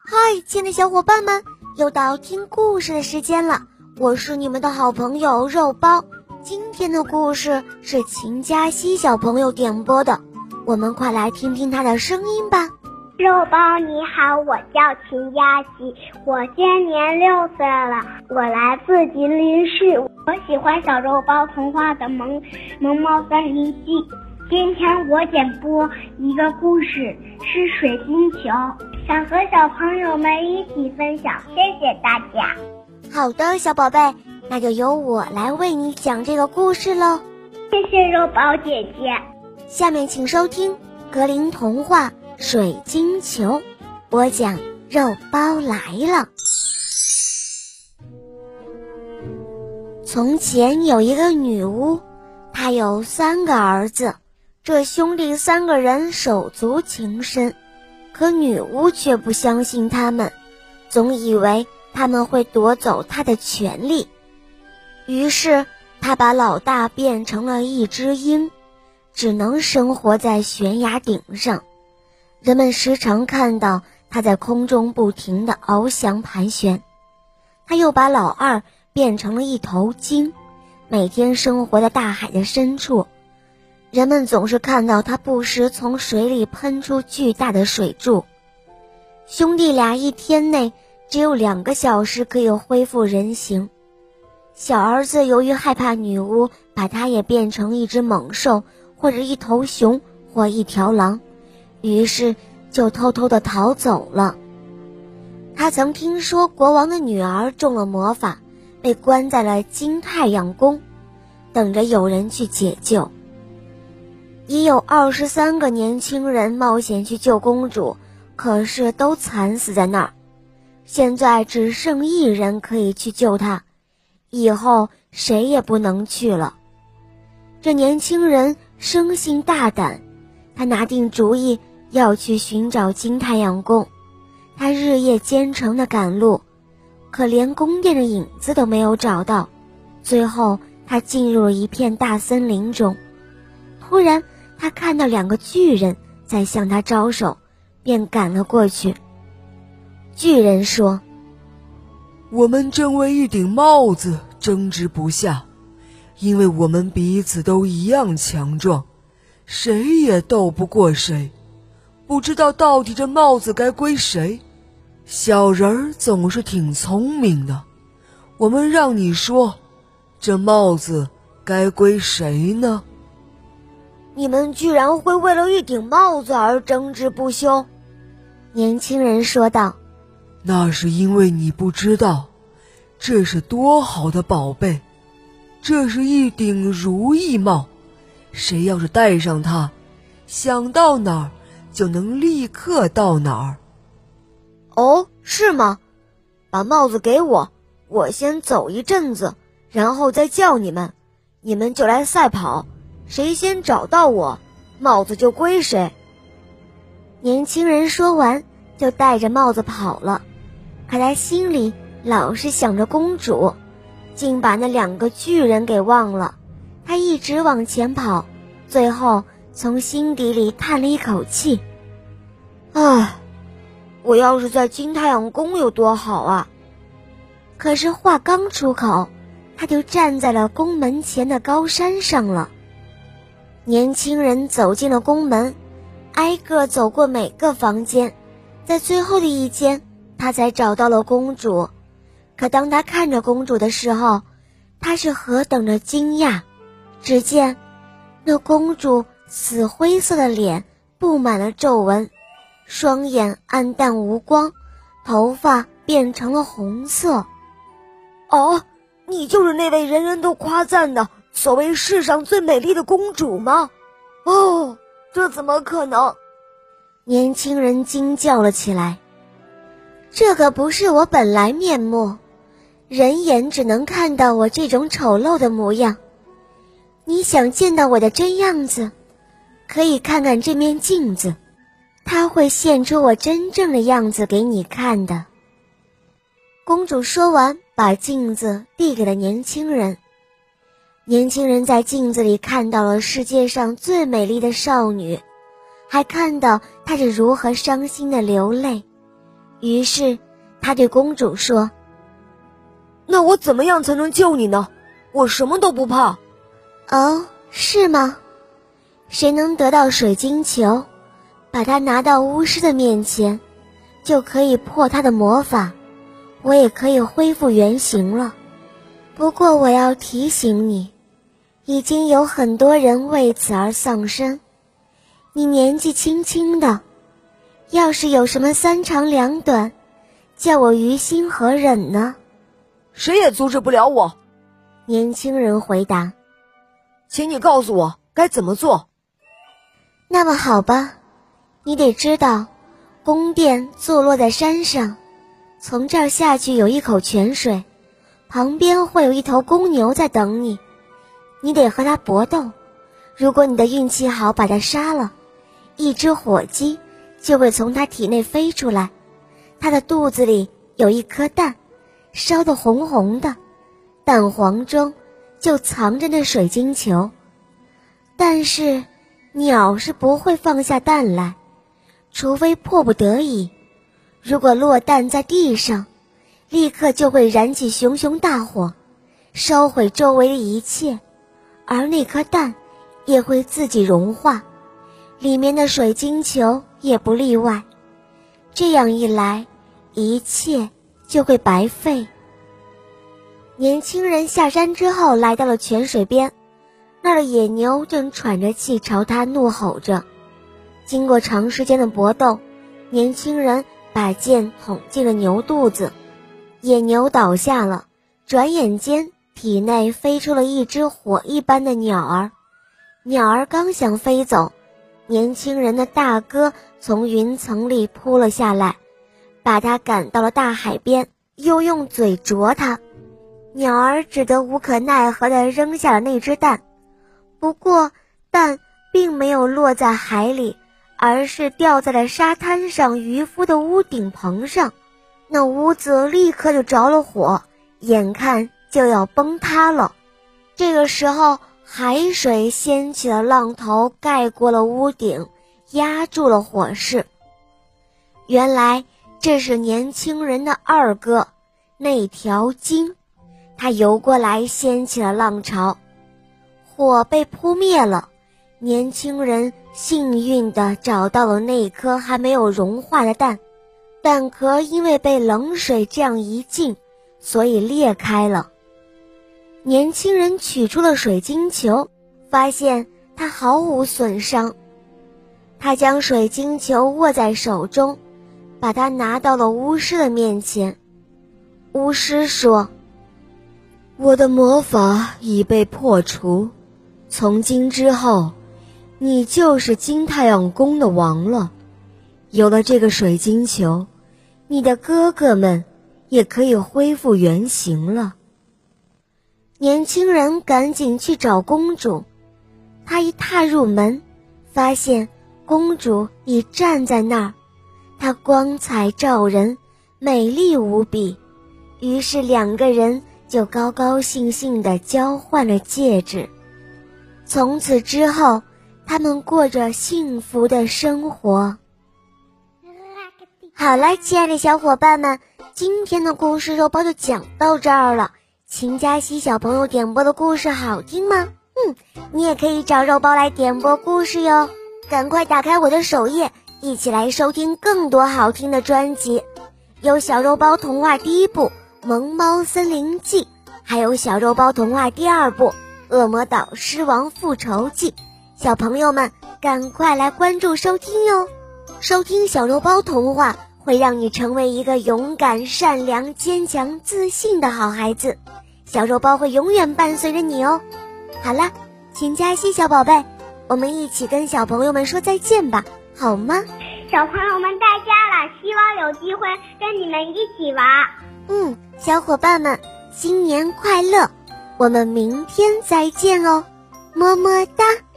嗨，亲爱的小伙伴们，又到听故事的时间了，我是你们的好朋友肉包。今天的故事是秦佳熙小朋友点播的，我们快来听听他的声音吧。 肉包你好，我叫秦佳熙，我今年6岁了，我来自吉林市，我喜欢小肉包童话的萌猫森林记。今天我点播一个故事，是水晶球，想和小朋友们一起分享，谢谢大家。 好的，小宝贝，那就由我来为你讲这个故事咯。 谢谢肉包姐姐。 下面请收听格林童话水晶球，播讲肉包来了。从前有一个女巫，她有3个儿子，这兄弟3个人手足情深，可女巫却不相信他们，总以为他们会夺走她的权利。于是她把老大变成了一只鹰，只能生活在悬崖顶上。人们时常看到他在空中不停地翱翔盘旋。他又把老二变成了一头鲸，每天生活在大海的深处。人们总是看到他不时从水里喷出巨大的水柱。兄弟俩一天内只有2个小时可以恢复人形。小儿子由于害怕女巫把他也变成一只猛兽，或者一头熊，或一条狼，于是就偷偷地逃走了。他曾听说国王的女儿中了魔法，被关在了金太阳宫，等着有人去解救。已有23个年轻人冒险去救公主，可是都惨死在那儿。现在只剩1人可以去救她，以后谁也不能去了。这年轻人生性大胆，他拿定主意要去寻找金太阳宫。他日夜兼程地赶路，可连宫殿的影子都没有找到。最后他进入了一片大森林中，突然他看到2个巨人在向他招手，便赶了过去。巨人说： 我们正为一顶帽子争执不下，因为我们彼此都一样强壮，谁也斗不过谁，不知道到底这帽子该归谁。小人儿总是挺聪明的，我们让你说，这帽子该归谁呢？ 你们居然会为了一顶帽子而争执不休，年轻人说道。 那是因为你不知道，这是多好的宝贝，这是一顶如意帽，谁要是戴上它，想到哪儿就能立刻到哪儿。 哦，是吗？把帽子给我，我先走一阵子，然后再叫你们，你们就来赛跑，谁先找到我，帽子就归谁。年轻人说完就戴着帽子跑了，可他心里老是想着公主，竟把那2个巨人给忘了。他一直往前跑，最后从心底里叹了一口气，唉，我要是在金太阳宫有多好啊。可是话刚出口，他就站在了宫门前的高山上了。年轻人走进了宫门，挨个走过每个房间，在最后的一间他才找到了公主。可当他看着公主的时候，他是何等的惊讶。只见那公主死灰色的脸布满了皱纹，双眼暗淡无光，头发变成了红色。哦，你就是那位人人都夸赞的所谓世上最美丽的公主吗？哦，这怎么可能？年轻人惊叫了起来。这可不是我本来面目，人眼只能看到我这种丑陋的模样。你想见到我的真样子，可以看看这面镜子，它会现出我真正的样子给你看的。公主说完，把镜子递给了年轻人。年轻人在镜子里看到了世界上最美丽的少女，还看到她是如何伤心的流泪。 于是他对公主说： 那我怎么样才能救你呢？我什么都不怕。 哦，是吗？谁能得到水晶球，把它拿到巫师的面前，就可以破他的魔法，我也可以恢复原形了。不过我要提醒你，已经有很多人为此而丧生。你年纪轻轻的，要是有什么三长两短，叫我于心何忍呢？ 谁也阻止不了我。 年轻人回答。 请你告诉我该怎么做。 那么好吧，你得知道，宫殿坐落在山上，从这儿下去有一口泉水，旁边会有一头公牛在等你，你得和它搏斗。如果你的运气好把它杀了，一只火鸡就会从它体内飞出来，它的肚子里有一颗蛋，烧得红红的，蛋黄中就藏着那水晶球。但是鸟是不会放下蛋来，除非迫不得已。如果落蛋在地上，立刻就会燃起熊熊大火，烧毁周围的一切，而那颗蛋也会自己融化，里面的水晶球也不例外。这样一来，一切就会白费。年轻人下山之后来到了泉水边，那儿的野牛正喘着气朝他怒吼着。经过长时间的搏斗，年轻人把剑捅进了牛肚子，野牛倒下了，转眼间体内飞出了一只火一般的鸟儿。鸟儿刚想飞走，年轻人的大哥从云层里扑了下来，把他赶到了大海边，又用嘴啄他。鸟儿只得无可奈何地扔下了那只蛋，不过蛋并没有落在海里，而是掉在了沙滩上渔夫的屋顶棚上。那屋子立刻就着了火，眼看就要崩塌了。这个时候，海水掀起了浪头，盖过了屋顶，压住了火势。原来这是年轻人的二哥，那条鲸，他游过来掀起了浪潮，火被扑灭了。年轻人幸运地找到了那颗还没有融化的蛋，蛋壳因为被冷水这样一浸，所以裂开了。年轻人取出了水晶球，发现它毫无损伤。他将水晶球握在手中，把它拿到了巫师的面前。巫师说：我的魔法已被破除，从今之后，你就是金太阳宫的王了。有了这个水晶球，你的哥哥们也可以恢复原形了。年轻人赶紧去找公主，他一踏入门，发现公主已站在那儿，她光彩照人，美丽无比。于是两个人就高高兴兴地交换了戒指。从此之后，他们过着幸福的生活。好了，亲爱的小伙伴们，今天的故事肉包就讲到这儿了。秦佳熙小朋友点播的故事好听吗？你也可以找肉包来点播故事哟。赶快打开我的首页，一起来收听更多好听的专辑。有小肉包童话第一部《萌猫森林记》，还有小肉包童话第二部《恶魔岛狮王复仇记》。小朋友们赶快来关注收听哟。收听小肉包童话会让你成为一个勇敢、善良、坚强、自信的好孩子。小肉包会永远伴随着你哦。好了，秦佳熙小宝贝，我们一起跟小朋友们说再见吧，好吗？ 小朋友们在家了，希望有机会跟你们一起玩。 小伙伴们，新年快乐！我们明天再见哦，么么哒。